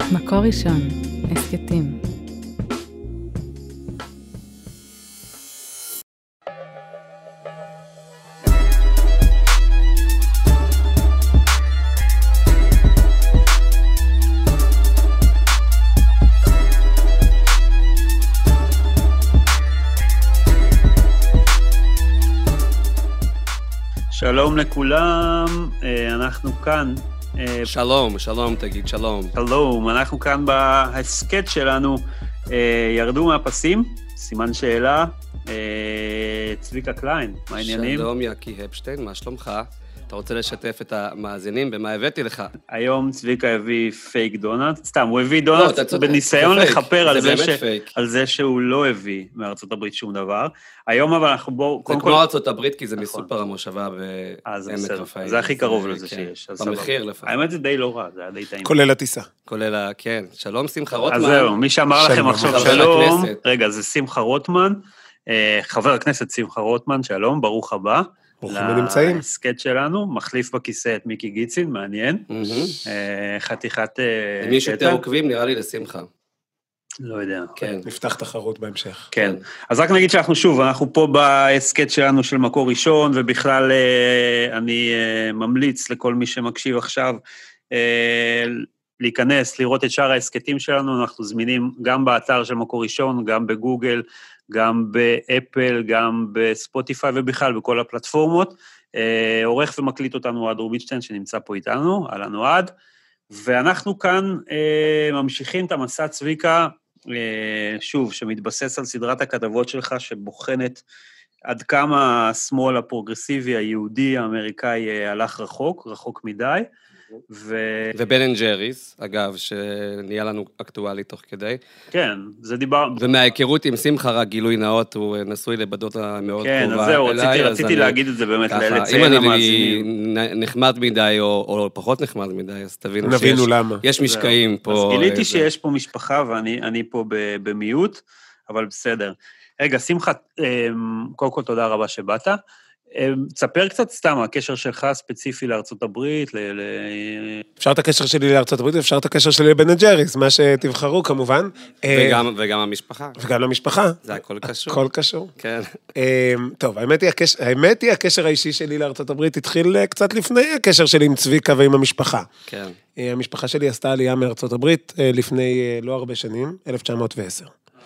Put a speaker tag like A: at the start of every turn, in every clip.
A: מקור ראשון, הסקטים.
B: שלום לכולם, אנחנו כאן.
C: שלום, תגיד שלום.
B: שלום, אנחנו כאן בהסקט שלנו, ירדו מהפסים, סימן שאלה, צביקה קליין, מה העניינים?
C: שלום יקי הפשטיין, מה שלומך? אתה רוצה לשתף את המאזינים במה הבאתי לך?
B: היום צביקה הביא פייק דונלד, סתם, הוא הביא דונלד בניסיון לחפר על זה שהוא לא הביא מארצות הברית שום דבר. היום אבל אנחנו בואו...
C: זה כמו ארצות הברית, כי זה מסופר המושבה בעמק רפאים.
B: זה הכי קרוב לזה שיש.
C: במחיר לפעמים.
B: האמת זה די לא רע, זה היה די טעים.
D: כולל הטיסה.
C: כן. שלום שמחה רוטמן.
B: אז זהו, מי שאמר לכם עכשיו שלום, רגע, זה שמחה רוטמן, חבר הכנסת שמחה רוטמן, שלום, ברוך הבא.
D: ברוכים הנמצאים.
B: לסקט שלנו, מחליף בכיסא את מיקי גיצין, מעניין. חתיכת...
C: למי שיותר עוקבים, נראה לי לשמחה.
B: לא יודע.
C: כן.
D: נפתח תחרות בהמשך.
B: כן. אז רק נגיד אנחנו פה בסקט שלנו של מקור ראשון, ובכלל אני ממליץ לכל מי שמקשיב עכשיו, להיכנס, לראות את שאר הסקטים שלנו, אנחנו זמינים גם באתר של מקור ראשון, גם בגוגל, גם באפל, גם בספוטיפיי ובכלל בכל הפלטפורמות. עורך ומקליט אותנו אוהד רובינשטיין שנמצא פה איתנו, אהלן אוהד, ואנחנו כאן ממשיכים את המסע צביקה, שוב, שמתבסס על סדרת הכתבות שלך, שבוחנת עד כמה השמאל הפרוגרסיבי היהודי האמריקאי הלך רחוק מדי,
C: ובן אנד ג'ריס, אגב, שנהיה לנו אקטואלי תוך כדי.
B: כן, זה דיבר...
C: ומההיכרות עם שמחה רק גילוי נאות, הוא נשוי לבדות המאוד
B: קרובה. כן, אז זהו, רציתי להגיד את זה באמת,
C: לציין למאזינים. אם אני נחמד מדי, או פחות נחמד מדי, אז תבינו שיש משקעים פה.
B: אז גיליתי שיש פה משפחה, ואני פה במיעוט, אבל בסדר. רגע, שמחה, קודם כל תודה רבה שבאת. תספר קצת סתם, הקשר שלך ספציפי לארצות הברית,
D: אפשר את הקשר שלי לארצות הברית, אפשר את הקשר שלי לבן אנד ג'ריס, מה שתבחרו כמובן.
C: וגם המשפחה.
D: וגם למשפחה.
C: זה הכל קשור.
D: הכל קשור.
C: כן.
D: טוב, האמת היא, הקשר האישי שלי לארצות הברית התחיל קצת לפני הקשר שלי עם צביקה ועם המשפחה.
C: כן.
D: המשפחה שלי עשתה עלייה מארצות הברית לפני לא הרבה שנים, 1910.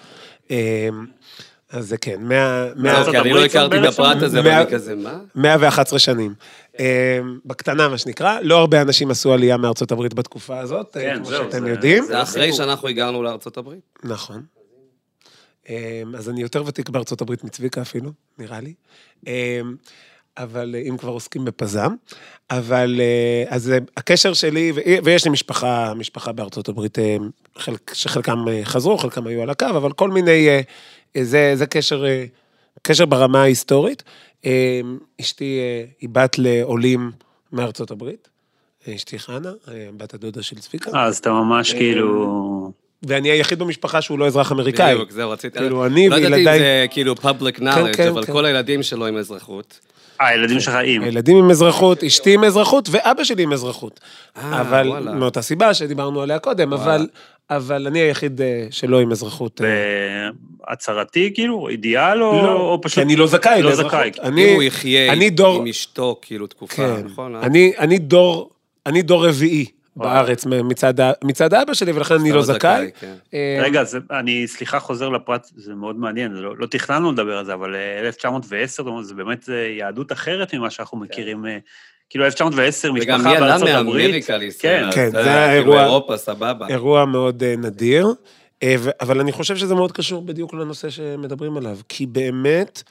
D: אז זה כן,
C: אני לא הכרתי בפרט הזה, אבל אני כזה, מה?
D: 111 שנים. בקטנה, מה שנקרא, לא הרבה אנשים עשו עלייה מארצות הברית בתקופה הזאת, כמו שאתם יודעים.
C: זה אחרי שאנחנו הגענו לארצות הברית.
D: נכון. אז אני יותר ותיק בארצות הברית מצביקה אפילו, נראה לי. אבל אם כבר עוסקים בפזם, אבל אז הקשר שלי, ויש לי משפחה בארצות הברית, שחלקם חזרו, חלקם היו על הקו, אבל כל מיני, זה קשר ברמה ההיסטורית. אשתי היא בת לעולים מארצות הברית, אשתי חנה, בת הדודה של צביקה.
B: אז אתה ממש כאילו...
D: ואני היחיד במשפחה שהוא לא אזרח אמריקאי.
C: בדיוק, זהו, רציתי...
D: כאילו אני וילדיי...
C: לא יודעת אם זה כאילו public knowledge, אבל כל הילדים שלו עם אזרחות.
B: הילדים שלך עם.
D: הילדים עם אזרחות, אשתי עם אזרחות, ואבא שלי עם אזרחות. אבל, מאותה סיבה שדיברנו עליה קודם, אבל אני היחיד שלא עם אזרחות.
B: הצהרתי, כאילו, אידיאל, או פשוט...
D: כי אני לא זכאי לאזרחות.
C: הוא יחיה עם אשתו, כאילו, תקופה, נכון?
D: אני דור רביעי בארץ מצד האבא שלי, ולכן אני לא זכאי.
B: רגע, אני סליחה חוזר לפרט, זה מאוד מעניין, לא תכננו לדבר על זה, אבל 1910, זה באמת יהדות אחרת ממה שאנחנו מכירים, כאילו 1910, משפחה בארצות הברית.
C: וגם מי עלה מאמריקה לישראל.
D: כן, זה אירוע מאוד נדיר, אבל אני חושב שזה מאוד קשור בדיוק לנושא שמדברים עליו, כי באמת...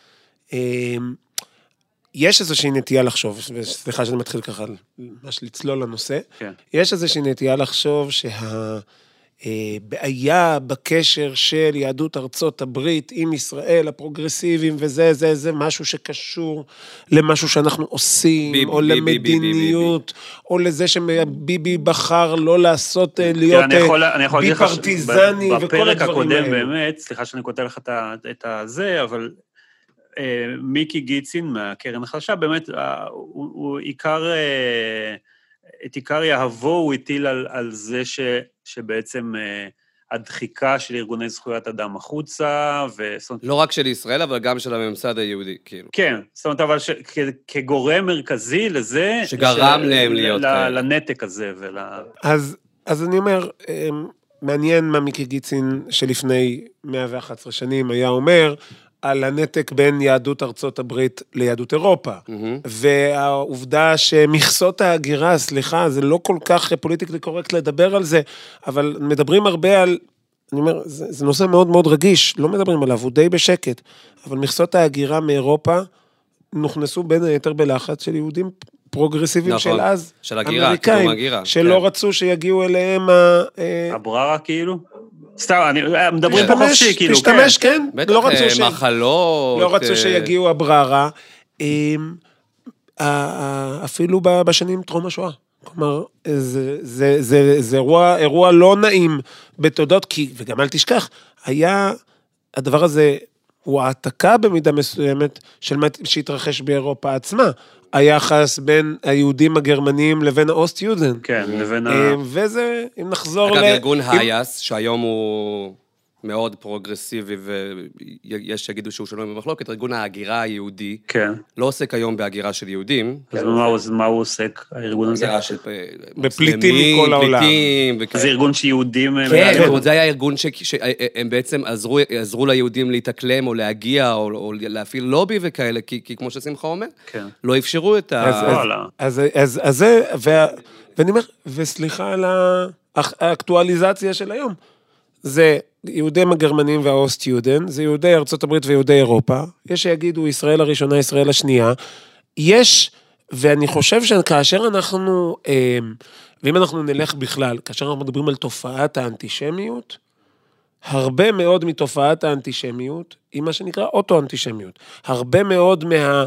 D: יש איזושהי נטייה לחשוב, וסליחה שאני מתחיל ככה, ממש לצלול לנושא, יש איזושהי נטייה לחשוב שהבעיה בקשר של יהדות ארצות הברית עם ישראל, הפרוגרסיביים, וזה משהו שקשור למשהו שאנחנו עושים, או למדיניות, או לזה שביבי בחר לא לעשות, להיות בי פרטיזני, וכל הדברים האלה.
B: בפרק הקודם באמת, סליחה שאני כותב לך את זה, אבל... מיקי גיצין מהקרן החדשה, באמת, הוא את עיקר יהבו הוא הטיל על זה שבעצם הדחיקה של ארגוני זכויות אדם החוצה,
C: לא רק של ישראל, אבל גם של הממסד היהודי, כאילו.
B: כן, זאת אומרת, אבל כגורם מרכזי לזה,
C: שגרם להם להיות
B: לנתק הזה
D: אז אני אומר, מעניין מה מיקי גיצין שלפני 111 שנים היה אומר, על הנתק בין יהדות ארצות הברית ליהדות אירופה. והעובדה שמכסות ההגירה, סליחה, זה לא כל כך פוליטיקלי קורקט לדבר על זה, אבל מדברים הרבה על, אני אומר, זה נושא מאוד מאוד רגיש, לא מדברים עליו, הוא די בשקט, אבל מכסות ההגירה מאירופה נכנסו בין היתר בלחץ של יהודים פרוגרסיביים
C: נכון,
D: של אז,
C: של הגירה,
D: אמריקאים, שלא
C: כן.
D: רצו שיגיעו אליהם
B: הבררה כאילו? סתם, מדברים פה חופשי, כאילו,
D: תשתמש, כן.
C: בטח, מחלות.
D: לא רצו שיגיעו הבררה, אפילו בשנים טרום השואה. כלומר, זה אירוע לא נעים בתודות, וגם אל תשכח, היה, הדבר הזה, הוא העתקה במידה מסוימת, של מה שהתרחש באירופה עצמה, היחס בין היהודים הגרמנים לבין האוסט-יודן.
B: כן, לבין
D: וזה, אם נחזור
C: אגב, ארגון היאס, שהיום הוא מאוד פרוגרסיבי, ויש שיגידו שהוא שלום במחלוקת, ארגון ההגירה היהודי, לא עוסק היום בהגירה של יהודים.
B: אז מה הוא עוסק, הארגון הזה?
D: בפליטים מכל העולם.
B: זה ארגון שיהודים...
C: כן, זה היה ארגון שהם בעצם עזרו ליהודים להתאקלם, או להגיע, או להפעיל לובי וכאלה, כי כמו ששמחה אומר, לא אפשרו את
D: אז זה, ואני אומר, וסליחה על האקטואליזציה של היום, זה יהודים הגרמנים והאוסט-יודן, זה יהודי ארצות הברית ויהודי אירופה, יש שיגידו ישראל הראשונה, ישראל השנייה, יש, ואני חושב שכאשר אנחנו, ואם אנחנו נלך בכלל, כאשר אנחנו מדברים על תופעת האנטישמיות, הרבה מאוד מתופעת האנטישמיות, היא מה שנקרא אוטו-אנטישמיות, הרבה מאוד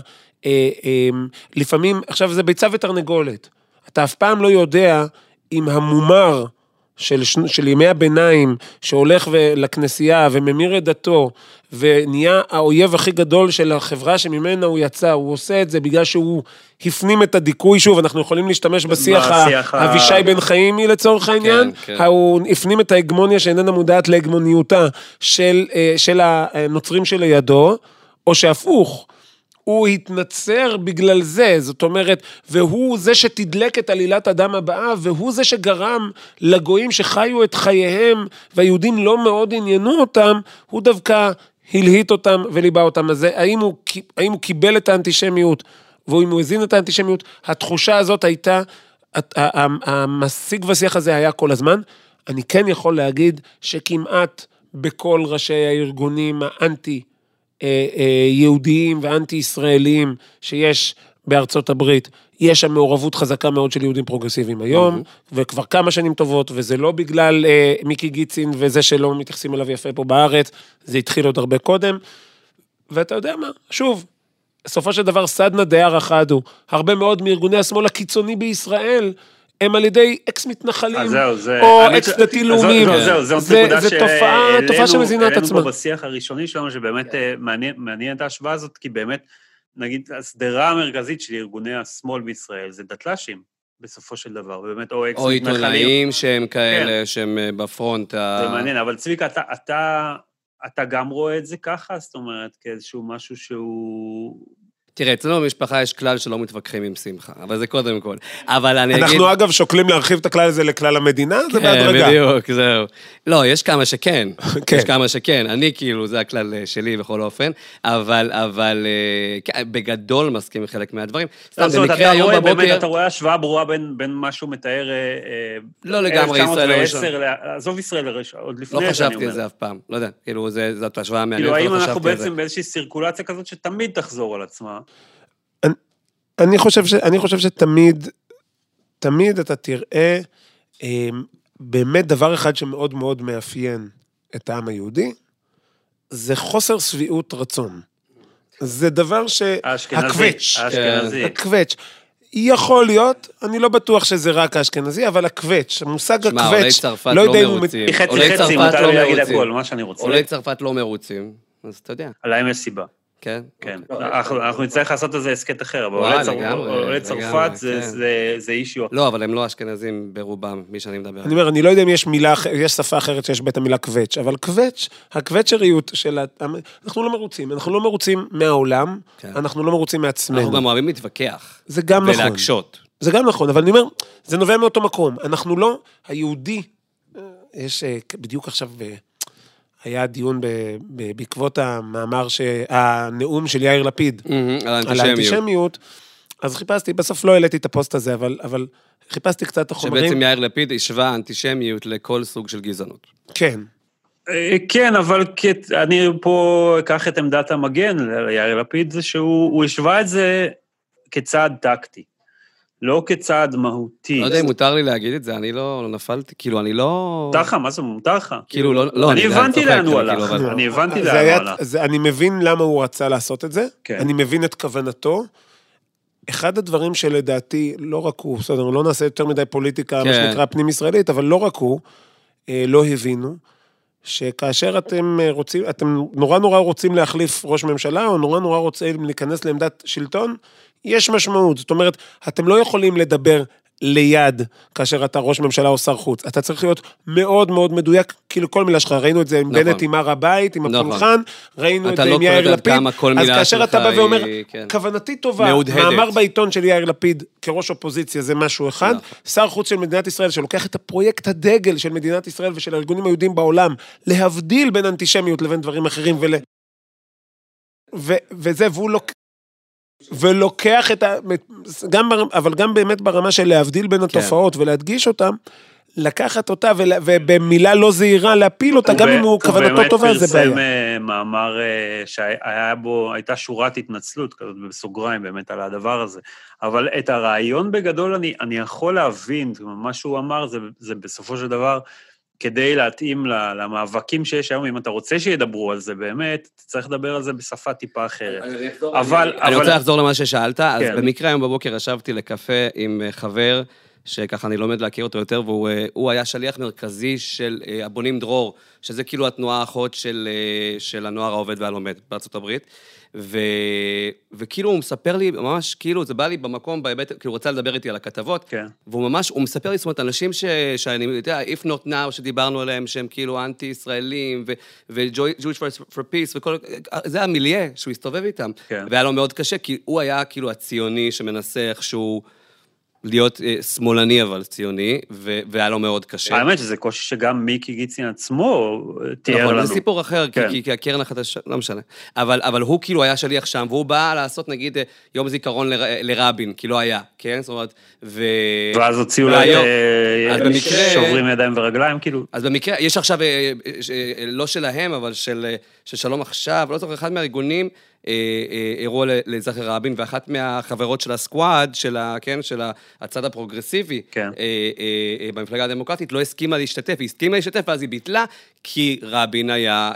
D: לפעמים, עכשיו זה ביצה ותרנגולת, אתה אף פעם לא יודע אם המומר, של ימי הביניים, שהולך לכנסייה וממיר את דתו, ונהיה האויב הכי גדול של החברה שממנה הוא יצא, הוא עושה את זה בגלל שהוא הפנים את הדיכוי, שוב, אנחנו יכולים להשתמש בשיח אבישי בן חיימי לצורך העניין, הוא הפנים את ההגמוניה שאיננה מודעת להגמוניותה של הנוצרים שלידו, או שהפוך, הוא התנצר בגלל זה, זאת אומרת, והוא זה שתדלק את עלילת הדם הבאה, והוא זה שגרם לגויים שחיו את חייהם, והיהודים לא מאוד עניינו אותם, הוא דווקא הלהיט אותם וליבה אותם. אז האם הוא קיבל את האנטישמיות, והוא הוא הזין את האנטישמיות, התחושה הזאת הייתה, המשיג ושיח הזה היה כל הזמן, אני כן יכול להגיד שכמעט בכל ראשי הארגונים האנטי, יהודיים ואנטי-ישראלים שיש בארצות הברית, יש שם מעורבות חזקה מאוד של יהודים פרוגרסיביים היום, וכבר כמה שנים טובות, וזה לא בגלל מיקי גיצין וזה שלא מתייחסים אליו יפה פה בארץ, זה התחיל עוד הרבה קודם, ואתה יודע מה, שוב, בסופו של דבר סדנה דייר אחד הוא, הרבה מאוד מארגוני השמאל הקיצוני בישראל, הם על ידי אקס מתנחלים, או אקס דתי לאומיים. זה תופעה שמזינה את עצמה.
B: העלינו פה בשיח הראשוני שלנו, שבאמת מעניין את ההשוואה הזאת, כי באמת, נגיד, הסדרה המרכזית של ארגוני השמאל בישראל, זה דתל"שים, בסופו של דבר, ובאמת, או אקס מתנחלים.
C: או עיתונאים שהם כאלה, שהם בפרונט.
B: זה מעניין, אבל צביקה, אתה גם רואה את זה ככה? זאת אומרת, כאיזשהו משהו שהוא...
C: תראה, אצלנו במשפחה יש כלל שלא מתווכחים עם שמחה, אבל זה קודם כל. אבל אני אגיד...
D: אנחנו אגב שוקלים להרחיב את הכלל הזה לכלל המדינה, זה בהדרגה.
C: כן, בדיוק, זהו. לא, יש כמה שכן. יש כמה שכן. אני כאילו, זה הכלל שלי בכל אופן, אבל בגדול מסכים חלק מהדברים.
B: סתם, במקרה היום בבוקר... באמת, אתה רואה השוואה ברורה בין משהו מתאר...
C: לא לגמרי ישראל הראשון.
B: עזוב ישראל הראשון, עוד לפני
C: לא חשבתי על זה אף פעם, לא יודע, כאילו, זאת השוואה מעניינת,
B: כאילו, האם אנחנו בעצם באיזושהי סירקולציה כזאת שתמיד תחזור על עצמה?
D: אני חושב שתמיד אתה תראה באמת דבר אחד שמאוד מאוד מאפיין את העם היהודי, זה חוסר שביעות רצון. זה דבר הקווץ'. יכול להיות, אני לא בטוח שזה רק האשכנזי, אבל הקווץ', המושג הקווץ',
C: עולי צרפת לא מרוצים.
B: חצי, מותר לי להגיד הכל, מה שאני רוצה.
C: עולי צרפת לא מרוצים, אז אתה יודע.
B: עליהם יש סיבה.
C: כן?
B: כן. אנחנו נצטרך לעשות איזה הסקט אחר, אבל עולי צרפת זה אישיו.
C: לא, אבל הם לא אשכנזים ברובם, מי שאני מדבר.
D: אני אומר, אני לא יודע אם יש שפה אחרת שיש בית המילה קווץ', אבל קווץ', הקווצ'ריות של... אנחנו לא מרוצים מהעולם, אנחנו לא מרוצים מעצמנו.
C: אנחנו גם אוהבים להתווכח.
D: זה גם נכון.
C: ולהקשות.
D: זה גם נכון, אבל אני אומר, זה נובע מאותו מקום. אנחנו לא, היהודי, יש בדיוק עכשיו, היה דיון בעקבות המאמר, הנאום של יאיר לפיד, על האנטישמיות, אז חיפשתי, בסוף לא העליתי את הפוסט הזה, אבל חיפשתי קצת החומרים.
C: שבעצם יאיר לפיד השווה אנטישמיות לכל סוג של גזענות.
D: כן.
B: כן, אבל אני פה אקח את עמדת המגן ליאיר לפיד, זה שהוא השווה את זה כצעד טקטי. לא כצעד מהותי.
C: לא יודע אם מותר לי להגיד את זה, אני לא נפלתי, כאילו, אני לא...
B: מותר לך, מה זה מותר לך?
C: כאילו, לא...
B: אני הבנתי לאן הוא הלך, אני הבנתי לאן הוא הלך.
D: אני מבין למה הוא רצה לעשות את זה, אני מבין את כוונתו. אחד הדברים שלדעתי, לא רק הוא, בסדר, לא נעשה יותר מדי פוליטיקה, מה שנקרא פנים ישראלית, אבל לא רק הוא, לא הבינו, שכאשר אתם נורא רוצים להחליף ראש ממשלה, או נורא רוצים להיכנס לעמדת שלטון, יש משמעות. זאת אומרת, אתם לא יכולים לדבר ליד, כאשר אתה ראש ממשלה או שר חוץ. אתה צריך להיות מאוד מאוד מדויק, כאילו כל מילה שלך, ראינו את זה עם בנט, עם הר הבית, עם הפולחן, ראינו את זה עם יאיר לפיד, אז כאשר אתה בא ואומר, כוונתי טובה, מאמר בעיתון של יאיר לפיד, כראש אופוזיציה, זה משהו אחד, שר חוץ של מדינת ישראל, שלוקח את הפרויקט הדגל של מדינת ישראל ושל הארגונים היהודים בעולם, להבדיל בין אנטישמיות לבין דברים אחרים, וזה, ולוקח את אבל גם באמת ברמה של להבדיל בין התופעות ולהדגיש אותם, לקחת אותה ובמילה לא זהירה להפיל אותה, גם אם הוא כוונתו טובה, זה בעיה.
B: הוא באמת פרסם מאמר שהייתה שורת התנצלות, כזאת בסוגריים באמת על הדבר הזה, אבל את הרעיון בגדול אני יכול להבין, מה שהוא אמר זה בסופו של דבר, כדי להתאים למאבקים שיש היום, אם אתה רוצה שידברו על זה באמת, צריך לדבר על זה בשפה טיפה אחרת.
C: אני רוצה לחזור למה ששאלת, אז במקרה היום בבוקר ישבתי לקפה עם חבר, שככה אני לומד להכיר אותו יותר, והוא היה שליח מרכזי של הבונים דרור, שזה כאילו התנועה האחות של הנוער העובד והלומד בארצות הברית, וכאילו הוא מספר לי, ממש כאילו, זה בא לי במקום, כאילו הוא רצה לדבר איתי על הכתבות, והוא ממש, הוא מספר לי, זאת אומרת, אנשים שאני יודע, If Not Now, שדיברנו עליהם, שהם כאילו אנטי-ישראלים, ו-Jewish for Peace, וכל, זה המיליה שהוא הסתובב איתם, והיה לו מאוד קשה, כי הוא היה כאילו הציוני שמנסה איכשהו, להיות שמאלני אבל ציוני, והיה לו מאוד קשה.
B: האמת שזה קושי שגם מיקי גיצין עצמו תיאר לנו.
C: נכון, זה סיפור אחר, כי הקרן החדשה, לא משנה. אבל הוא כאילו היה שליח שם, והוא בא לעשות נגיד יום זיכרון לרבין, כי לא היה, כן? זאת אומרת,
B: ואז הוציאו שוברים ידיים ורגליים, כאילו.
C: אז במקרה, יש עכשיו, לא שלהם, אבל של שלום עכשיו, לא זוכר, אחד מהארגונים, אירוע לזכר רבין, ואחת מהחברות של הסקואד, של הצד הפרוגרסיבי, במפלגה הדמוקרטית, לא הסכימה להשתתף, היא הסכימה להשתתף, ואז היא ביטלה, כי רבין היה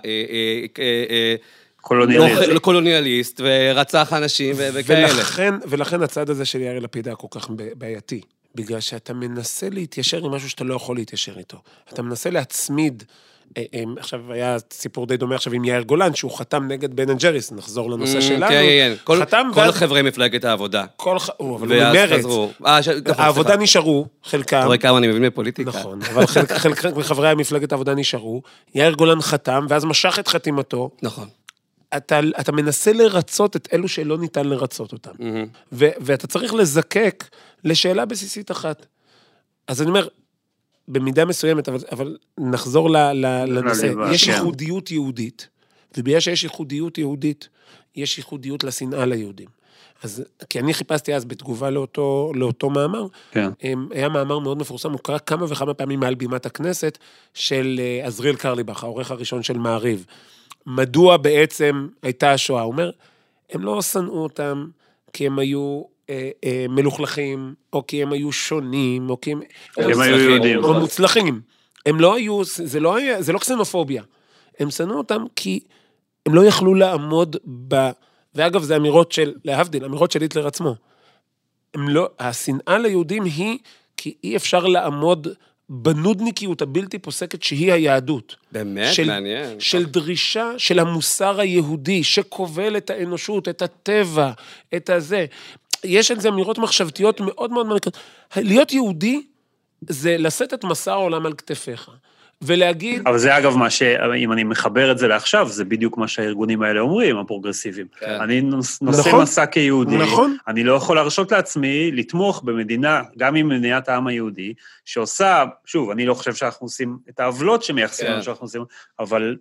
C: קולוניאליסט, ורצח אנשים וכאלה.
D: ולכן הצד הזה של יאיר לפיד היה כל כך בעייתי, בגלל שאתה מנסה להתיישר עם משהו שאתה לא יכול להתיישר איתו. אתה מנסה להצמיד, עכשיו היה סיפור די דומה עכשיו עם יאיר גולן, שהוא חתם נגד בן אנד ג'ריס, נחזור לנושא שלנו.
C: כן, כל חברי מפלגת העבודה.
D: אבל הוא ממרץ. העבודה נשארו, חלקם.
C: אתה רואה כמה אני מבין בפוליטיקה.
D: נכון, אבל חלק מחברי מפלגת העבודה נשארו, יאיר גולן חתם, ואז משך את חתימתו.
C: נכון.
D: אתה מנסה לרצות את אלו שלא ניתן לרצות אותם. ואתה צריך לזקק לשאלה בסיסית אחת. אז אני אומר, במידה מסוימת, אבל נחזור לנושא. יש ייחודיות יהודית, ובגלל שיש ייחודיות יהודית, יש ייחודיות לשנאה ליהודים. אז, כי אני חיפשתי אז בתגובה לאותו מאמר, היה מאמר מאוד מפורסם, הוא קרא כמה וכמה פעמים מעל בימת הכנסת, של עזריאל קרליבך, העורך הראשון של מעריב. מדוע בעצם הייתה השואה? הוא אומר, הם לא שנאו אותם, כי הם היו מלוכלכים, או כי הם היו שונים, או כי הם
B: היו יהודים.
D: או מוצלחים. הם לא היו, זה לא קסנופוביה. הם שנאו אותם כי הם לא יכלו לעמוד ואגב, זה אמירות של, להבדיל, אמירות של היטלר עצמו. השנאה ליהודים היא כי אי אפשר לעמוד בנודניקיות הבלתי פוסקת שהיא היהדות.
C: באמת, מעניין.
D: של דרישה של המוסר היהודי, שכובל את האנושות, את הטבע, את הזה. יש על זה אמירות מחשבתיות מאוד מאוד מעניקות. להיות יהודי זה לשאת את מסע העולם על כתפיך. ולהגיד...
B: אבל זה אגב מה אם אני מחבר את זה לעכשיו, זה בדיוק מה שהארגונים האלה אומרים, הפרוגרסיביים. אני נושא מסע כיהודי, אני לא יכול להרשות לעצמי לתמוך במדינה, גם עם מדינת העם היהודי, שעושה, שוב, אני לא חושב שאנחנו עושים את העוולות שמייחסים לנו שאנחנו עושים, אבל...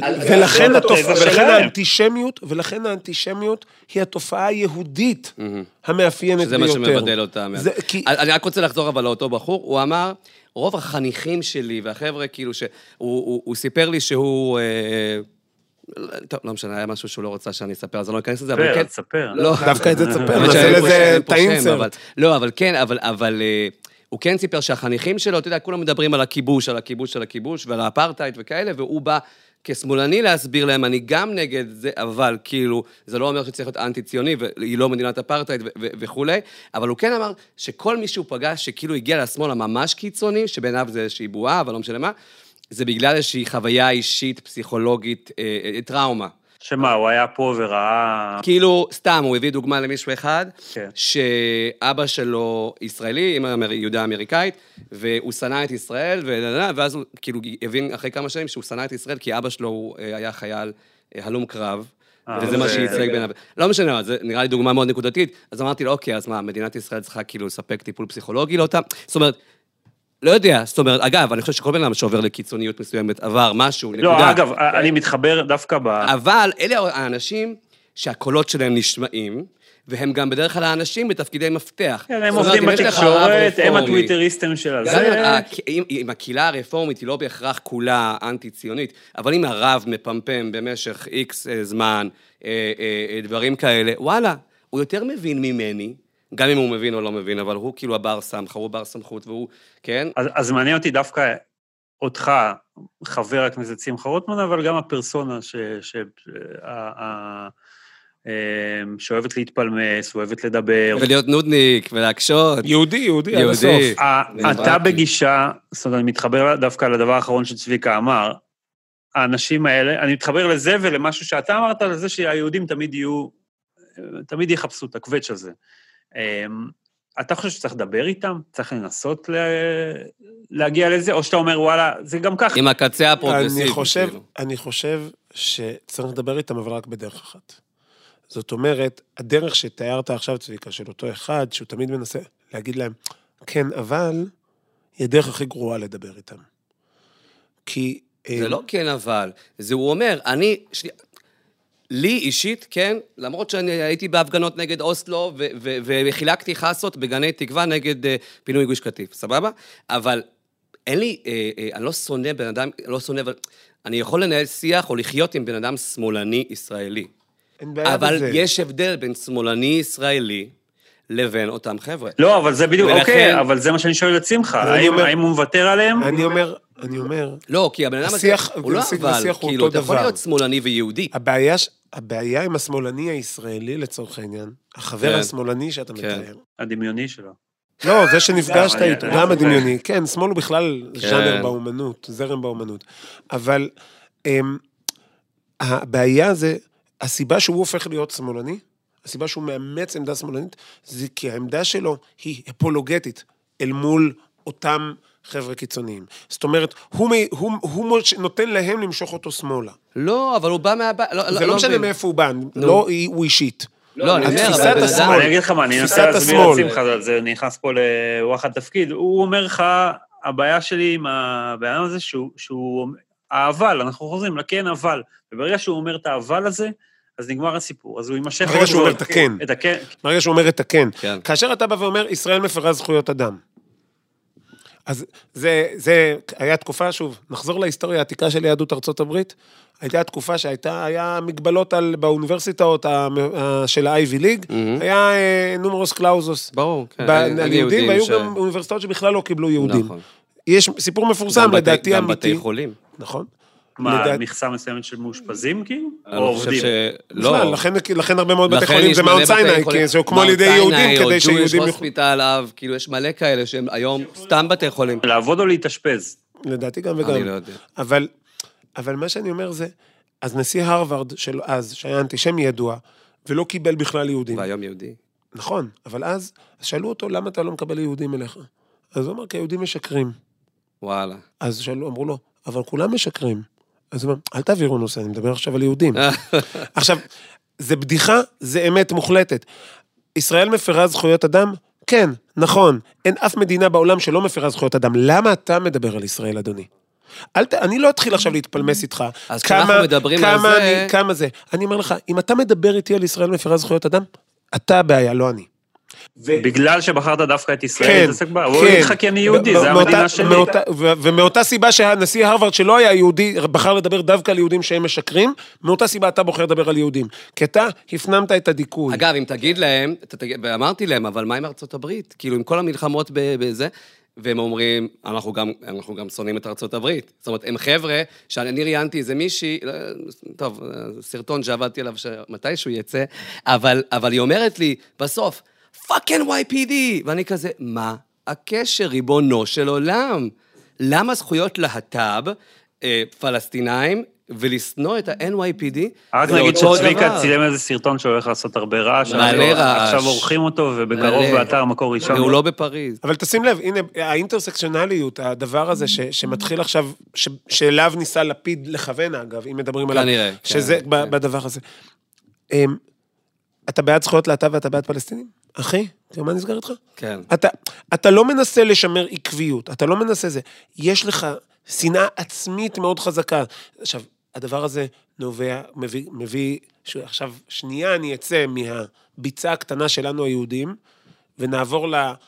D: ולכן האנטישמיות היא התופעה היהודית המאפיינת
C: ביותר. שזה מה שמבדל אותה. אני רק רוצה לחזור אבל לאותו בחור, הוא אמר, רוב החניכים שלי והחבר'ה, כאילו שהוא סיפר לי שהוא... טוב, לא משנה, היה משהו שהוא לא רוצה שאני אספר, אז אני לא אכנס לזה, אבל כן...
B: תספר.
D: דווקא את זה תספר, נעשה לזה טיינסר.
C: לא, אבל כן, אבל הוא כן סיפר שהחניכים שלו, אתה יודע, כולם מדברים על הכיבוש, על הכיבוש, על הכיבוש, ועל האפרטייד וכאלה, והוא בא כשמאלני להסביר להם, אני גם נגד זה, אבל כאילו, זה לא אומר שצריך להיות אנטי-ציוני, והיא לא מדינת אפרטייד וכו', אבל הוא כן אמר שכל מי שהוא פגש, שכאילו הגיע לשמאל הממש קיצוני, שבעיניו זה איזושהי בועה, אבל לא משנה מה, זה בגלל איזושהי חוויה אישית, פסיכולוגית, טראומה.
B: שמה, הוא היה פה וראה...
C: כאילו, סתם, הוא הביא דוגמה למישהו אחד, שאבא שלו ישראלי, אמא יהודה אמריקאית, והוא שנא את ישראל, ואז הוא כאילו הבין אחרי כמה שנים שהוא שנא את ישראל, כי אבא שלו היה חייל הלום קרב, וזה מה שייצג בין... לא משנה, זה נראה לי דוגמה מאוד נקודתית, אז אמרתי לו, אוקיי, אז מה, מדינת ישראל צריכה כאילו לספק טיפול פסיכולוגי לאותה? זאת אומרת, לא יודע, זאת אומרת, אגב, אני חושב שכל בן אדם שעובר לקיצוניות מסוימת עבר משהו, נקודה.
B: לא, אגב, אני מתחבר דווקא
C: אבל אלה האנשים שהקולות שלהם נשמעים, והם גם בדרך כלל האנשים בתפקידי מפתח.
B: הם עובדים בתקשורת, הם הטוויטריסטים של הזה.
C: אם הקהילה הרפורמית היא לא בהכרח כולה אנטי-ציונית, אבל אם הרב מפמפם במשך איקס זמן, דברים כאלה, וואלה, הוא יותר מבין ממני, גם אם הוא מבין או לא מבין, אבל הוא כאילו הבר סמכה, הוא בר סמכות, והוא, כן?
B: אז מעניין אותי דווקא אותך, חבר הכנסת שמחה רוטמן, אבל גם הפרסונה שאוהבת להתפלמס, אוהבת לדבר.
C: ולהיות נודניק, ולהקשות.
D: יהודי, עד הסוף.
B: אתה בגישה, זאת אומרת, אני מתחבר דווקא לדבר האחרון שצביקה אמר, האנשים האלה, אני מתחבר לזה ולמשהו שאתה אמרת, לזה שהיהודים תמיד יחפשו את הקווץ' הזה. אתה חושב שצריך לדבר איתם? צריך לנסות להגיע לזה? או שאתה אומר, וואלה, זה גם ככה.
C: עם הקצה הפרוגרסיבי.
D: אני חושב שצריך לדבר איתם, אבל רק בדרך אחת. זאת אומרת, הדרך שתיארת עכשיו, צביקה, של אותו אחד, שהוא תמיד מנסה להגיד להם, כן, אבל, היא הדרך הכי גרועה לדבר איתם. כי...
C: זה לא כן, אבל. זה הוא אומר, לי אישית, כן, למרות שאני הייתי בהפגנות נגד אוסלו, וחילקתי חסות בגני תקווה נגד פינוי גוש קטיף, סבבה? אבל אין לי, אני לא שונא בן אדם, אבל אני יכול לנהל שיח או לחיות עם בן אדם שמאלני ישראלי. אבל יש הבדל בין שמאלני ישראלי לבין אותם חבר'ה.
B: לא, אבל זה בדיוק, אוקיי, אבל זה מה שאני שואל את שמחה, האם הוא מוותר עליהם?
D: אני אומר...
C: לא, כי הבן אדם הזה, הוא לא אבל, כאילו, אתה יכול להיות שמאלני ויהודי.
D: הבעיה עם השמאלני הישראלי לצורך העניין, החבר השמאלני שאתה מתאר.
B: הדמיוני שלו.
D: לא, זה שנפגשת איתו, גם הדמיוני. כן, שמאל הוא בכלל ז'אנר באומנות, זרם באומנות. אבל הבעיה זה, הסיבה שהוא הופך להיות שמאלני, הסיבה שהוא מאמץ עמדה שמאלנית, זה כי העמדה שלו היא אפולוגטית אל מול אותם חבר'ה קיצוניים. זאת אומרת, הוא נותן להם למשוך אותו שמאלה.
C: לא, אבל הוא בא מהבית.
D: זה לא משנה מאיפה הוא בא, לא הוא אישית.
C: לא, אני אומר,
B: תפיסת השמאל. אני אגיד לך מה, אני אנסה להסביר את שמחה, זה נכנס פה לוואחד תפקיד. הוא אומר לך, הבעיה שלי עם הבעיה הזה, שהוא האבל, אנחנו חוזרים לכן אבל. וברגע שהוא אומר את האבל הזה, אז נגמר הסיפור, אז הוא יימשך...
D: ברגע שהוא אומר את הכן. ברגע שהוא אומר את הכן. כאשר אתה בא ואומר, ישראל מפרה זכויות אדם. אז זה היה תקופה, שוב, נחזור להיסטוריה העתיקה של יהדות ארצות הברית, הייתה תקופה היה מגבלות באוניברסיטאות של ה-Ivy League, היה נומרוס קלאוזוס.
C: ברור,
D: כן. על יהודים, והיו גם אוניברסיטאות שבכלל לא קיבלו יהודים. יש סיפור מפורסם, לדעתי אמיתי.
C: גם בתי חולים.
D: נכון.
B: מה, מכסה מסוימת של מאושפזים, כאילו? או עובדים?
C: לא.
D: לכן הרבה מאוד בתי חולים זה מאונט סיני, כי זה הוקמו על ידי יהודים, כדי שיהודים...
C: או Jewish Hospital, כאילו יש מלא כאלה שהם היום סתם בתי חולים.
B: לעבוד או להתאשפז?
D: לדעתי גם וגם.
C: אני לא יודע.
D: אבל מה שאני אומר זה, אז נשיא הרווארד של אז, שהיה אנטישמי ידוע, ולא קיבל בכלל יהודים.
C: והיום יהודי.
D: נכון, אבל אז שאלו אותו, למה אתה לא מקבל יהודים אליך? אז הוא אמר, כי היהודים משקרים.
C: וואלה.
D: אז אמרו לו, אבל כולם משקרים. אז הוא אמר, אל תעבירו נושא, אני מדבר עכשיו על יהודים. עכשיו, זה בדיחה, זה אמת מוחלטת. ישראל מפרה זכויות אדם? כן, נכון. אין אף מדינה בעולם שלא מפרה זכויות אדם. למה אתה מדבר על ישראל, אדוני? אני לא אתחיל עכשיו להתפלמס איתך.
C: אז כשאנחנו מדברים על זה...
D: כמה זה. אני אומר לך, אם אתה מדבר איתי על ישראל מפרה זכויות אדם, אתה הבעיה, לא אני.
B: בגלל שבחרת דווקא את ישראל, תעסק בה, הוא לא יתחכי אני יהודי, זה המדינה שלי.
D: ומאותה סיבה שהנשיא הרווארד שלא היה יהודי, בחר לדבר דווקא על יהודים שהם משקרים, מאותה סיבה אתה בוחר לדבר על יהודים. כי אתה הפנמת את הדיכוי.
C: אגב, אם תגיד להם, ואמרתי להם, אבל מה עם ארצות הברית? כאילו, עם כל המלחמות בזה, והם אומרים, אנחנו גם שונאים את ארצות הברית. זאת אומרת, הם חבר'ה, שאני ראיינתי איזה מישהי, טוב, סרטון שעבדתי עליו מתישהו יצא, אבל היא אומרת לי, בסוף, fuck NYPD, ואני כזה, מה הקשר, ריבונו של עולם? למה זכויות להט"ב, פלסטינאים, ולסנוע את ה-NYPD,
B: רק נגיד שצביקה צילם איזה סרטון שהולך לעשות הרבה רעש, עכשיו עורכים אותו, ובקרוב באתר מקור ראשון.
C: והוא לא בפריז.
D: אבל תשים לב, הנה, האינטרסקציונליות, הדבר הזה שמתחיל עכשיו, שאליו ניסה לפיד לכוון, אגב, אם מדברים עליו, שזה בדבר הזה. אתה בעד זכויות להט"ב ואתה בעד פלסטינים? אחי, מה נסגר איתך?
C: כן.
D: אתה לא מנסה לשמר עקביות, אתה לא מנסה זה. יש לך שנאה עצמית מאוד חזקה. עכשיו, הדבר הזה נובע, מביא, עכשיו שנייה אני אצא מהביצה הקטנה שלנו היהודים, ונעבור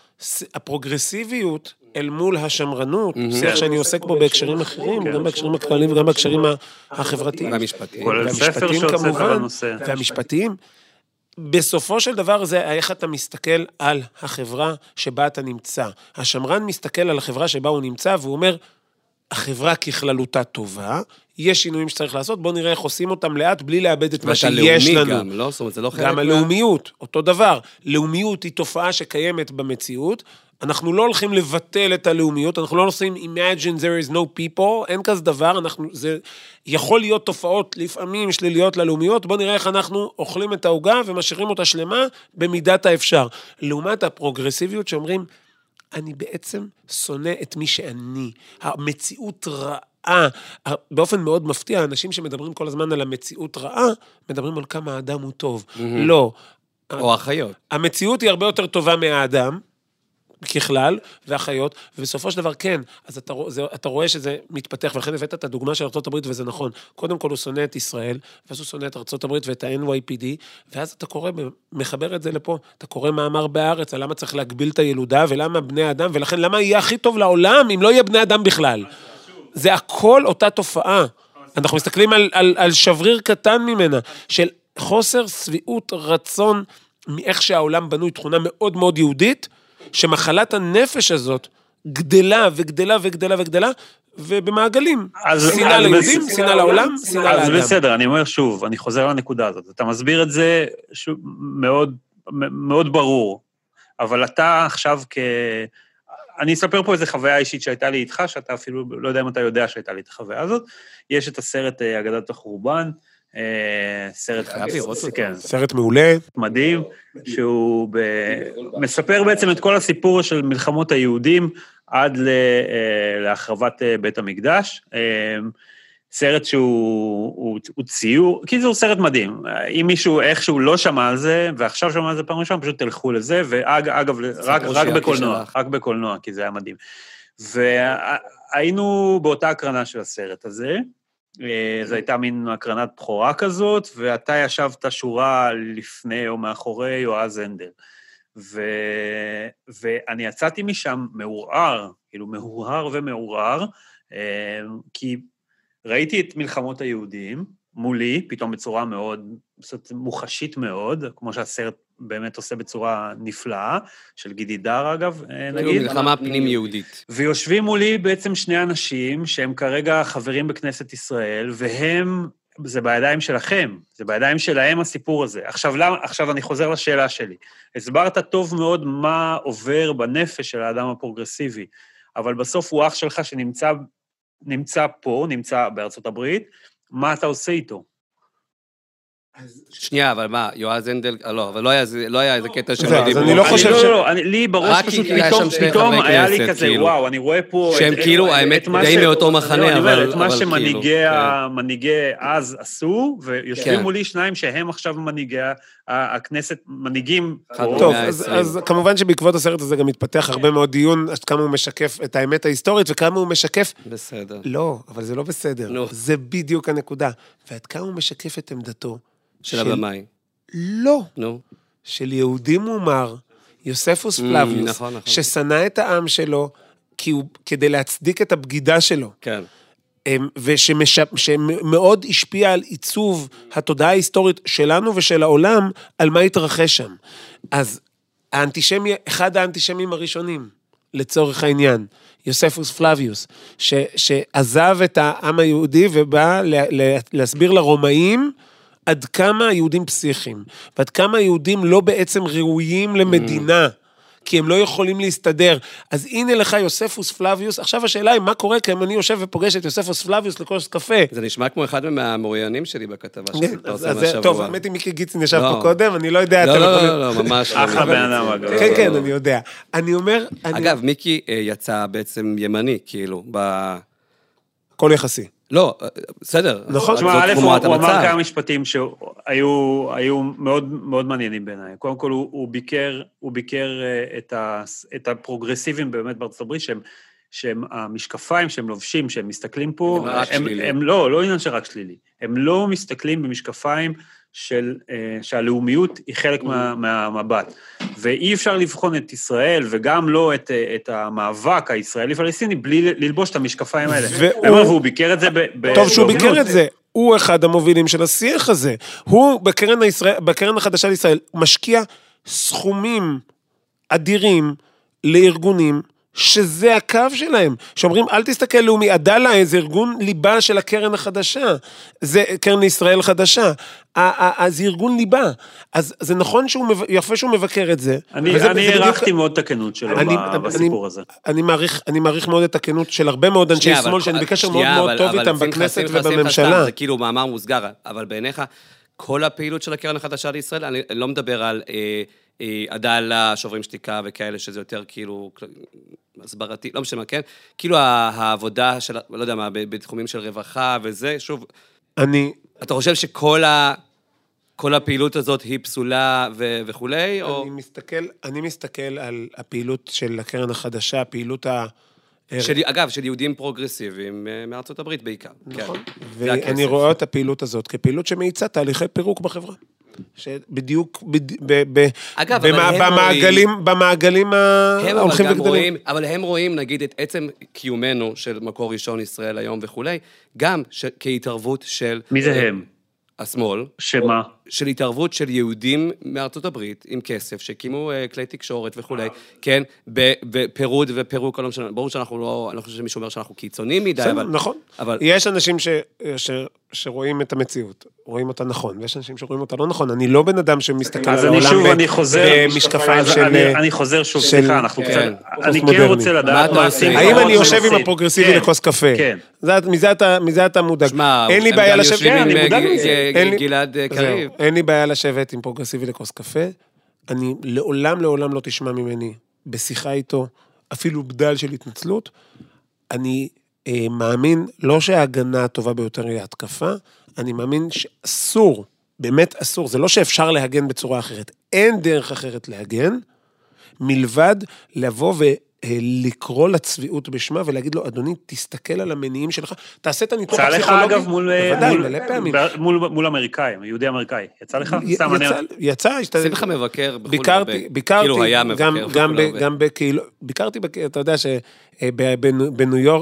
D: לפרוגרסיביות אל מול השמרנות, שיח שאני עוסק בו בהקשרים אחרים, גם בהקשרים הכלליים וגם בהקשרים החברתיים.
C: והמשפטיים.
B: והמשפטיים כמובן,
D: והמשפטיים. בסופו של דבר זה איך אתה מסתכל על החברה שבה אתה נמצא. השמרן מסתכל על החברה שבה הוא נמצא, והוא אומר, החברה ככללותה טובה, יש שינויים שצריך לעשות, בוא נראה איך עושים אותם לאט, בלי לאבד את מה שיש לנו.
C: גם, לא? זאת אומרת, זה לא חלק
D: גם הלאומיות, אותו דבר. לאומיות היא תופעה שקיימת במציאות, אנחנו לא הולכים לבטל את הלאומיות, אנחנו לא עושים imagine there is no people, אין כזה דבר, זה יכול להיות תופעות לפעמים שליליות ללאומיות, בוא נראה איך אנחנו אוכלים את ההוגה ומשאירים אותה שלמה במידת האפשר. לעומת הפרוגרסיביות שאומרים, אני בעצם שונא את מי שאני, המציאות רעה, באופן מאוד מפתיע, אנשים שמדברים כל הזמן על המציאות רעה, מדברים על כמה האדם הוא טוב. לא.
C: או החיות.
D: המציאות היא הרבה יותר טובה מהאדם, ככלל, והחיות, ובסופו של דבר כן, אז אתה רואה שזה מתפתח, ולכן הבאת את הדוגמה של ארצות הברית, וזה נכון, קודם כל הוא שונא את ישראל, ואז הוא שונא את ארצות הברית ואת ה-NYPD, ואז אתה קורא, מחבר את זה לפה, אתה קורא מאמר בארץ, על למה צריך להגביל את הילודה, ולמה בני אדם, ולכן למה יהיה הכי טוב לעולם, אם לא יהיה בני אדם בכלל. זה הכל אותה תופעה. אנחנו מסתכלים על שבריר קטן ממנה, של חוסר שביעות רצון, מאיך שהעולם בנוי, תכונה מאוד מאוד יהודית, שמחלת הנפש הזאת גדלה וגדלה וגדלה וגדלה, ובמעגלים. שנאה ליהודים, שנאה לעולם, שנאה לאדם.
B: אז בסדר, אני אומר שוב, אני חוזר לנקודה הזאת. אתה מסביר את זה מאוד, מאוד ברור, אבל אתה עכשיו אני אספר פה איזו חוויה אישית שהייתה לי איתך, שאתה אפילו לא יודע אם אתה יודע שהייתה לי את החוויה הזאת. יש את הסרט אגדת החורבן,
D: סרט מעולה.
B: מדהים, שהוא מספר בעצם את כל הסיפור של מלחמות היהודים עד להחרבת בית המקדש. סרט שהוא ציור, כי זהו סרט מדהים. אם מישהו איכשהו לא שמע על זה, ועכשיו שמע על זה פעם ראשונה, פשוט תלכו לזה, ואגב, רק בקולנוע, כי זה היה מדהים. והיינו באותה הקרנה של הסרט הזה, זו הייתה מין הקרנת בכורה כזאת, ואתה ישבת שורה לפני או מאחורי יועז הנדל. ואני יצאתי משם מעורער, כאילו מעורער ומעורער, כי ראיתי את מלחמות היהודים, מולי, פתאום בצורה מאוד, מוחשית מאוד, כמו שהסרט באמת עושה בצורה נפלאה, של גידי דר אגב, נגיד.
C: מלחמה פנים יהודית.
B: ויושבים מולי בעצם שני אנשים, שהם כרגע חברים בכנסת ישראל, והם, זה בידיים שלכם, זה בידיים שלהם הסיפור הזה. עכשיו אני חוזר לשאלה שלי. הסברת טוב מאוד מה עובר בנפש של האדם הפרוגרסיבי, אבל בסוף הוא אח שלך שנמצא פה, נמצא בארצות הברית, מה אתה עושה איתו?
C: שנייה, אבל מה, יועז הנדל, לא, אבל לא היה איזה קטע של...
D: אז אני לא חושב ש...
B: לי בראש פשוט פתאום היה לי כזה, וואו, אני רואה פה...
C: שהם כאילו, האמת, די מאותו מחנה, אבל...
B: את מה שמנהיגי אז עשו, ויושבים מולי שניים שהם עכשיו מנהיגי הכנסת, מנהיגים...
D: טוב, אז כמובן שבעקבות הסרט הזה גם מתפתח הרבה מאוד דיון, עד כמה הוא משקף את האמת ההיסטורית, וכמה הוא משקף...
C: בסדר.
D: לא, אבל זה לא בסדר. זה בדיוק הנקודה. ועד כמה הוא משקף את עמדתו.
C: של הבמאי.
D: לא. של יהודי מומר, יוספוס פלביוס, ששנא את העם שלו, כדי להצדיק את הבגידה שלו. כן. ושמאוד השפיע על עיצוב התודעה ההיסטורית שלנו ושל העולם, על מה התרחש שם. אז אחד האנטישמים הראשונים, לצורך העניין, יוספוס פלביוס, שעזב את העם היהודי ובא להסביר לרומאים, עד כמה היהודים פסיכיים, ועד כמה היהודים לא בעצם ראויים למדינה, כי הם לא יכולים להסתדר. אז הנה לך יוספוס פלביוס, עכשיו השאלה היא מה קורה, כי אם אני יושב ופוגש את יוספוס פלביוס לכוס קפה.
C: זה נשמע כמו אחד מהמרואיינים שלי בכתבה שסיפרתם השבוע.
D: טוב, האמת היא מיקי גיצין ישב פה קודם, אני לא יודע.
C: לא, ממש.
B: אחלה בן אדם, אגב.
D: כן, אני יודע. אני אומר...
C: אגב, מיקי יצא בעצם ימני, כאילו,
D: כל יחסי.
C: לא, בסדר.
D: נכון.
B: תשמע, א', הוא אמר כמה משפטים שהיו מאוד מעניינים בעיניי. קודם כל, הוא ביקר את הפרוגרסיבים באמת בארצות הברית, שהם המשקפיים שהם לובשים, שהם מסתכלים פה, הם לא עניין שרק שלילי. הם לא מסתכלים במשקפיים שהלאומיות היא חלק מהמבט. ואי אפשר לבחון את ישראל, וגם לא את המאבק הישראלי-פלסטיני, בלי ללבוש את המשקפיים האלה. והוא ביקר את זה
D: טוב שהוא ביקר את זה. הוא אחד המובילים של השיח הזה. הוא בקרן החדשה לישראל משקיע סכומים אדירים לארגונים, שזה הקו שלהם, שאומרים, אל תסתכל לאומי, עדאלה, זה ארגון ליבה של הקרן החדשה, זה קרן ישראל חדשה, אז זה ארגון ליבה, אז זה נכון יפה שהוא מבקר את זה.
B: אני הערכתי מאוד את הכנות שלו בסיפור הזה.
D: אני מעריך מאוד את הכנות של הרבה מאוד אנשי שמאל, שאני בקשר מאוד מאוד טוב איתם בכנסת ובממשלה.
C: זה כאילו מאמר מוסגר, אבל בעיניך, כל הפעילות של הקרן החדשה לישראל, אני לא מדבר על עדאלה, שוברים שתיקה וכאלה, שזה יותר כאילו הסברתי, לא משנה, כן? כאילו העבודה של, לא יודע מה, בתחומים של רווחה וזה, שוב, אתה חושב שכל הפעילות הזאת היא פסולה וכולי, או...
D: אני מסתכל על הפעילות של הקרן החדשה, הפעילות
C: אגב, של יהודים פרוגרסיביים מארצות הברית בעיקר.
D: נכון, ואני רואה את הפעילות הזאת כפעילות שמאיצה תהליכי פירוק בחברה. שבדיוק במעגלים ההולכים וגדלים.
C: אבל הם רואים, נגיד, את עצם קיומנו של מקור ראשון ישראל היום וכולי, גם כהתערבות של...
B: מי זה הם?
C: השמאל.
B: שמה?
C: של התערבות של יהודים מארצות הברית, עם כסף, שהקימו כלי תקשורת וכולי, כן, בפירוד ופירוק, ברור שאנחנו לא, אני לא חושב שמישהו אומר שאנחנו קיצונים מדי, אבל...
D: נכון. יש אנשים שרואים את המציאות, רואים אותה נכון, ויש אנשים שרואים אותה לא נכון. אני לא בן אדם שמסתכל על העולם במשקפיים של...
B: אני חוזר שוב, סליחה, אני כן רוצה לדעת מה עושים.
D: האם אני יושב עם הפרוגרסיבי לכוס קפה? כן. מזה אתה מודאג. אין לי בעיה לשבת...
C: גלעד קריב.
D: אין לי בעיה לשבת עם פרוגרסיבי לכוס קפה. אני לעולם לא תשמע ממני בשיחה איתו, אפילו בדל של התנצלות. אני מאמין, לא שההגנה הטובה ביותר היא התקפה, אני מאמין שאסור, באמת אסור, זה לא שאפשר להגן בצורה אחרת, אין דרך אחרת להגן, מלבד לבוא ולקרוא לצביעות בשמה, ולהגיד לו, אדוני, תסתכל על המניעים שלך, תעשה את הניתוח הפסיכולוגי.
B: מול אמריקאים, יהודי אמריקאי, יצא לך?
D: יצא,
C: לך מבקר כאילו היה מבקר.
D: גם בקהילות, ביקרתי, אתה יודע שבניו יורק,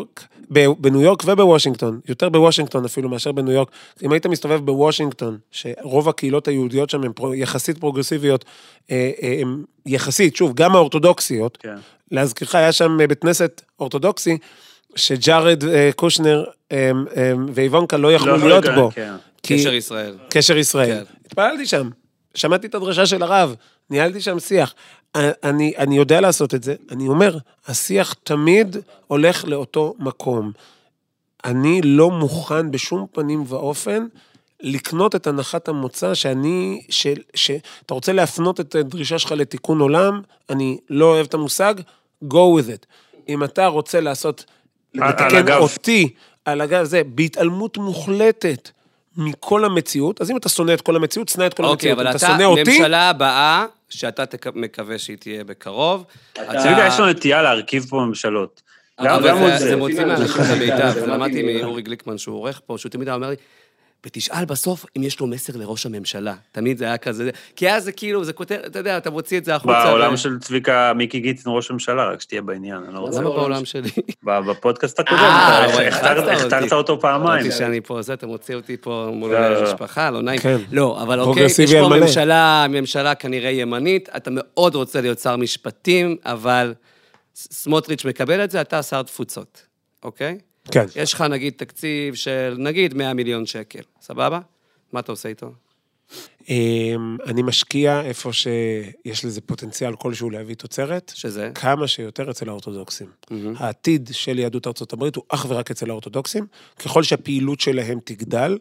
D: בניו יורק ובוושינגטון, יותר בוושינגטון אפילו מאשר בניו יורק, אם היית מסתובב בוושינגטון, שרוב הקהילות היהודיות שם הן יחסית פרוגרסיביות, יחסית, שוב, גם האורתודוקסיות, כן. להזכירך, היה שם בית כנסת אורתודוקסי, שג'ארד קושנר ואיוונקה לא יכלו להיות בו.
C: כן. קשר ישראל.
D: קשר ישראל. כן. התפעלתי שם, שמעתי את הדרשה של הרב, ניהלתי שם שיח. אני יודע לעשות את זה, אני אומר, השיח תמיד הולך לאותו מקום. אני לא מוכן בשום פנים ואופן לקנות את הנחת המוצא שאתה רוצה להפנות את הדרישה שלך לתיקון עולם, אני לא אוהב את המושג, go with it. אם אתה רוצה לעשות, לתקן אותי על הגב הזה, בהתעלמות מוחלטת מכל המציאות, אז אם אתה שונא את כל המציאות, שונא את כל המציאות.
C: אוקיי, אבל אתה, ממשלה הבאה, שאתה מקווה שהיא תהיה בקרוב.
B: צביקה, יש לנו נטייה להרכיב פה ממשלות.
C: זה מוציא מהאנשים בביתה, זה למדתי מאורי גליקמן שהוא עורך פה, שהוא תמיד אומר לי, ותשאל בסוף אם יש לו מסר לראש הממשלה. תמיד זה היה כזה, כי אז זה כאילו, זה כותר, אתה יודע, אתה מוציא את זה החוצה.
B: בעולם של צביקה, מיקי גיצין ראש הממשלה, רק שתהיה בעניין.
C: למה בעולם שלי?
B: בפודקאסט הקודם, הכתרת אותו פעמיים.
C: אמרתי שאני פה, אתה מוציא אותי פה מול המשפחה, לא נעים. לא, אבל אוקיי, יש פה ממשלה כנראה ימנית, אתה מאוד רוצה להיות שר משפטים, אבל סמוטריץ' מקבל את זה, אתה שר תפוצות, אוקיי?
D: כן.
C: יש לך נגיד תקציב של נגיד 100 מיליון שקל, סבבה? מה אתה עושה איתו?
D: אני משקיע איפה שיש לזה פוטנציאל כלשהו להביא תוצרת.
C: שזה?
D: כמה שיותר אצל האורתודוקסים. העתיד של יהדות ארצות הברית הוא אך ורק אצל האורתודוקסים. ככל שהפעילות שלהם תגדל,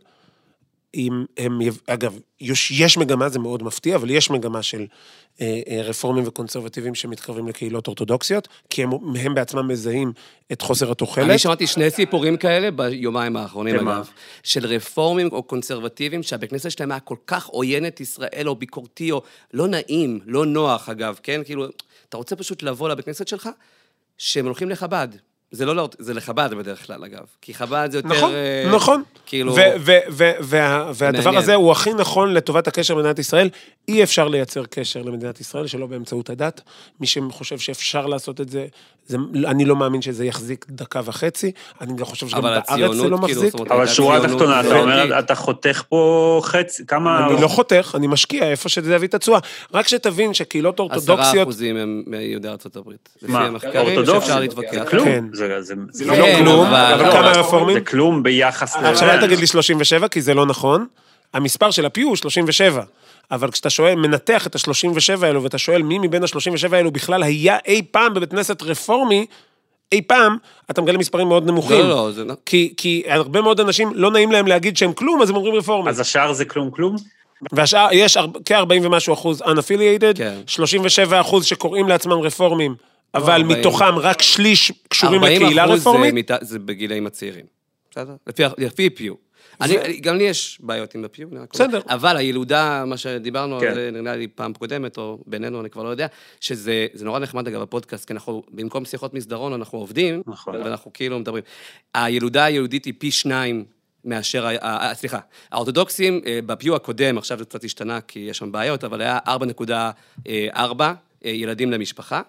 D: אגב, יש מגמה, זה מאוד מפתיע, אבל יש מגמה של רפורמים וקונסרבטיבים שמתקרבים לקהילות אורתודוקסיות, כי הם בעצמם מזהים את חוסר התוחלת.
C: אני שמעתי שני סיפורים כאלה ביומיים האחרונים, אגב, של רפורמים או קונסרבטיבים, שהבכנסת שלהם היה כל כך עוינת ישראל או ביקורתי, או לא נעים, לא נוח, אגב, כן? כאילו, אתה רוצה פשוט לבוא לבכנסת שלך, שהם הולכים לחב"ד. זה לא, זה לחב"ד בדרך כלל, אגב. כי חב"ד זה יותר...
D: נכון, נכון.
C: כאילו...
D: והדבר הזה הוא הכי נכון לטובת הקשר במדינת ישראל. אי אפשר לייצר קשר למדינת ישראל שלא באמצעות הדת. מי שחושב שאפשר לעשות את זה, אני לא מאמין שזה יחזיק דקה וחצי. אני גם חושב שגם בארץ זה לא מחזיק.
B: אבל שורה תחתונה, אתה אומר, אתה חותך פה חצי, כמה...
D: אני לא חותך, אני משקיע איפה שזה יביא את התשואה. רק שתבין שקהילות אורתודוקסיות...
C: 10% הם מיהודי ארצות הברית. לפי המחקרים שאפשר להתווכח.
B: זה
D: לא כלום, אבל כמה רפורמים?
B: זה כלום ביחס...
D: עכשיו אל תגיד לי 37, כי זה לא נכון. המספר של הפיו הוא 37. אבל כשאתה שואל, מנתח את ה-37 האלו, ואתה שואל מי מבין ה-37 האלו בכלל היה אי פעם בבית כנסת רפורמי, אי פעם, אתה מגלה מספרים מאוד נמוכים.
C: לא, זה לא.
D: כי הרבה מאוד אנשים לא נעים להם להגיד שהם כלום, אז הם אומרים רפורמי.
B: אז השאר זה כלום?
D: והשאר, יש כ-40 ומשהו אחוז unaffiliated, 37% שקוראים לעצמם רפורמים, אבל מתוכם רק שליש קשורים לקהילה רפורמית.
C: 40% זה בגילאים הצעירים. בסדר? לפי פיו. גם לי יש בעיות עם הפיו.
D: בסדר.
C: אבל הילודה, מה שדיברנו על זה, נראה לי פעם קודמת, או בינינו, אני כבר לא יודע, שזה נורא נחמד, אגב, הפודקאסט, כי אנחנו, במקום שיחות מסדרון, אנחנו עובדים, ואנחנו כאילו מדברים. הילודה היהודית היא פי 2 מאשר, סליחה, האורתודוקסים בפיו הקודם, עכשיו זה קצת השתנה, כי יש שם בעיות, אבל היה 4.4, ילדים למשפחה,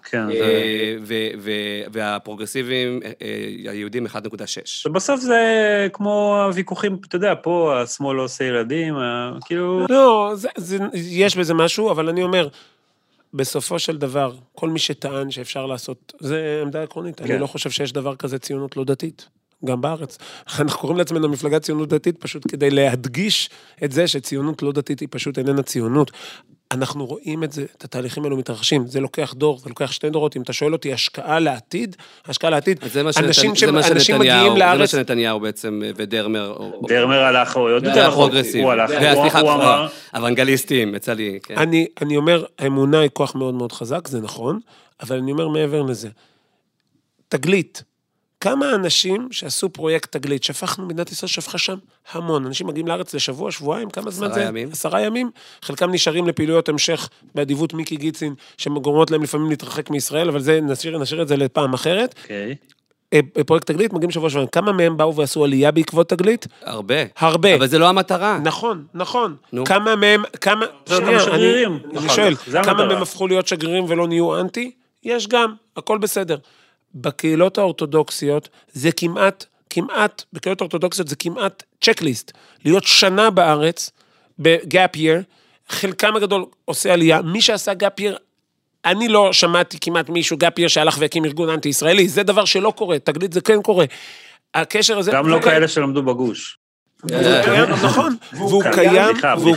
C: והפרוגרסיביים, היהודים 1.6.
B: ובסוף זה כמו הוויכוחים, אתה יודע, פה השמאל לא עושה ילדים, כאילו...
D: לא, יש בזה משהו, אבל אני אומר, בסופו של דבר, כל מי שטען שאפשר לעשות, זה עמדה עקרונית, אני לא חושב שיש דבר כזה ציונות לא דתית. גם בארץ. אנחנו קוראים לעצמנו מפלגה ציונות דתית, פשוט כדי להדגיש את זה שציונות לא דתית היא פשוט איננה ציונות. אנחנו רואים את זה, את התהליכים האלו מתרחשים, זה לוקח דור, זה לוקח 2 דורות, אם אתה שואל אותי, השקעה לעתיד, אנשים מגיעים לארץ...
C: זה מה שנתניהו בעצם, ודרמר...
B: דרמר הלך, הוא יותר
C: פרוגרסיבי. סליחה, אוונגליסטים, יצא לי...
D: אני אומר, האמונה היא כוח מאוד מאוד חזק, זה נכון, אבל אני אומר מעבר לזה, תגלית, כמה אנשים שעשו פרויקט תגלית, שפכנו, מדינת ישראל שפכה שם המון, אנשים מגיעים לארץ לשבוע, שבועיים, כמה זמן זה? 10 ימים, חלקם נשארים לפעילויות המשך, באדיבות מיקי גיצין, שגורמות להם לפעמים להתרחק מישראל, אבל זה, נשאיר את זה לפעם אחרת. פרויקט תגלית, מגיעים שבוע שבועיים, כמה מהם באו ועשו עלייה בעקבות תגלית?
C: הרבה.
D: אבל
C: זה לא המטרה.
D: נכון. כמה מהם, אני שואל, כמה מהם הפכו להיות שגרירים ולא נהיו אנטי? יש גם, הכל בסדר. בקהילות האורתודוקסיות זה כמעט, בקהילות האורתודוקסיות זה כמעט צ'קליסט, להיות שנה בארץ, בגאפ ייר, חלקם הגדול עושה עלייה, מי שעשה גאפ ייר, אני לא שמעתי כמעט מישהו גאפ ייר שהלך והקים ארגון אנטי-ישראלי, זה דבר שלא קורה, תגלית זה כן קורה. הקשר הזה...
B: גם לא כאלה שלמדו בגוש.
D: נכון, והוא קיים,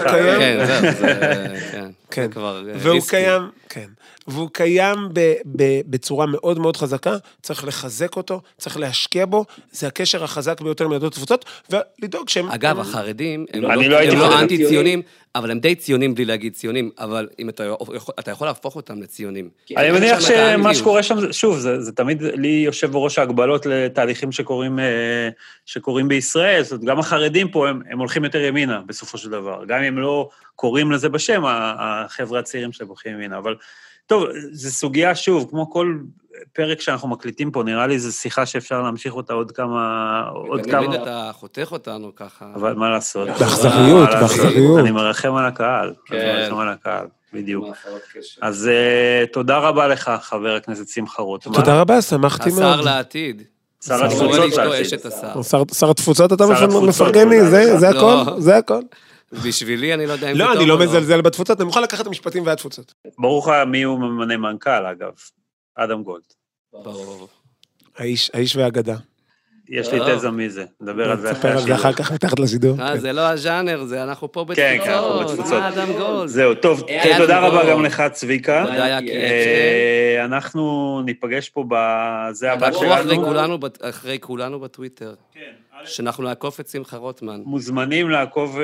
D: והוא קיים בצורה מאוד מאוד חזקה, צריך לחזק אותו, צריך להשקיע בו, זה הקשר החזק ביותר מיהדות התפוצות, ולדאוג שהם...
C: אגב, החרדים הם לא אנטי-ציונים, אבל הם די ציונים בלי להגיד ציונים, אבל אם אתה יכול להפוך אותם לציונים.
B: אני מניח שמה שקורה שם, שוב, זה תמיד לי יושב בראש ההגבלות לתהליכים שקורים בישראל, זאת אומרת, גם החרדים פה הם הולכים יותר ימינה בסופו של דבר, גם אם לא קוראים לזה בשם, החבר'ה הצעירים שלהם הולכים ימינה, אבל טוב, זו סוגיה שוב, כמו כל פרק שאנחנו מקליטים פה, נראה לי זו שיחה שאפשר להמשיך אותה עוד כמה...
C: תמיד אתה חותך אותנו ככה.
B: אבל מה לעשות?
D: באכזריות.
B: אני מרחם על הקהל. מרחם על הקהל, בדיוק. אז תודה רבה לך, חבר הכנסת שמחה רוטמן.
D: תודה רבה, שמחתי מאוד.
C: השר לעתיד.
B: שר התפוצות לעתיד.
D: שר התפוצות אתה מפרגן לי, זה הכל.
C: בשבילי אני לא יודע אם
D: לא, אני לא מזלזל בתפוצות, אני מוכן לקחת את המשפטים והתפוצות.
B: ברוך מי הוא ממנה מנכ"ל, אגב. אדם גולד.
C: ברור.
D: האיש והאגדה.
B: יש לי תזה מי זה, נדבר על זה
D: אחרי השידור. נדבר על זה אחר כך מתחת לשידור.
C: זה לא הז'אנר, אנחנו פה בתפוצות.
B: כן, אנחנו בתפוצות.
C: אדם גולד.
B: זהו, טוב, תודה רבה גם לך, צביקה.
C: תודה, יקי.
B: אנחנו ניפגש פה בזה הבא
C: שלנו. אחרי כולנו בטוויטר. שאנחנו נעקוף את שמחה רוטמן.
B: מוזמנים לעקוב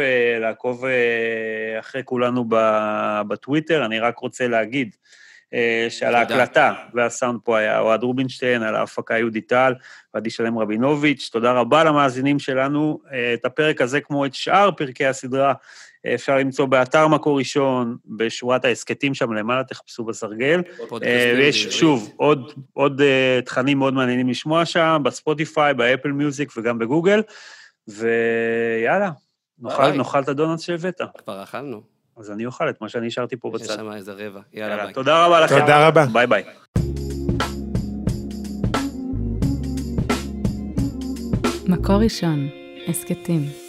B: אחרי כולנו בטוויטר, אני רק רוצה להגיד שעל ההקלטה והסאונד פה היה אוהד רובינשטיין, על ההפקה יהודית טל ועדי שלם רבינוביץ', תודה רבה למאזינים שלנו, את הפרק הזה כמו את שאר פרקי הסדרה, אפשר למצוא באתר מקור ראשון, בשורת העסקטים שם למעלה, תחפשו בסרגל, ויש שוב עוד תכנים מאוד מעניינים לשמוע שם, בספוטיפיי, באפל מיוזיק וגם בגוגל, ויאללה, נאכל את הדונלדס שהבאת.
C: כבר אכלנו.
B: אז אני אוכל את מה שאני השארתי פה בצד.
C: יש שם איזה רבע. יאללה, ביי.
B: תודה רבה לכם.
D: תודה רבה.
B: ביי ביי.
A: מקור ראשון, הסקטים.